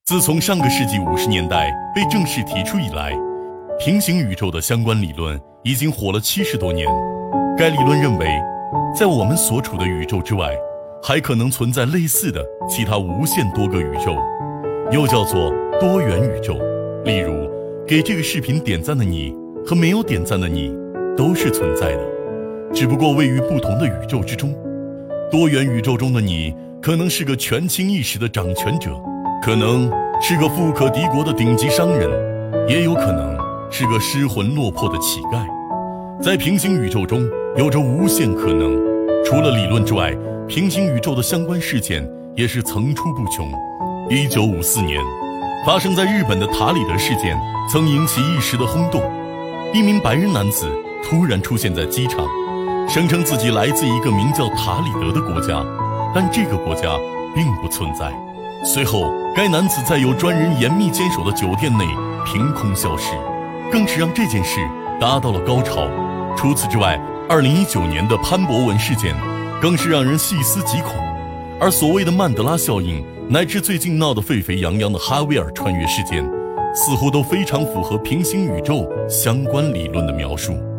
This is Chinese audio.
自从上个世纪50年代被正式提出以来，平行宇宙的相关理论已经火了70多年。该理论认为，在我们所处的宇宙之外，还可能存在类似的其他无限多个宇宙，又叫做多元宇宙。例如，给这个视频点赞的你和没有点赞的你都是存在的，只不过位于不同的宇宙之中。多元宇宙中的你可能是个权倾一时的掌权者，可能是个富可敌国的顶级商人，也有可能是个失魂落魄的乞丐。在平行宇宙中有着无限可能，除了理论之外，平行宇宙的相关事件也是层出不穷。1954年发生在日本的塔里德事件曾引起一时的轰动。一名白人男子突然出现在机场，声称自己来自一个名叫塔里德的国家，但这个国家并不存在。随后该男子在有专人严密坚守的酒店内凭空消失，更是让这件事达到了高潮。除此之外，2019年的潘博文事件更是让人细思极恐，而所谓的曼德拉效应，乃至最近闹得沸沸扬扬的哈维尔穿越事件，似乎都非常符合平行宇宙相关理论的描述。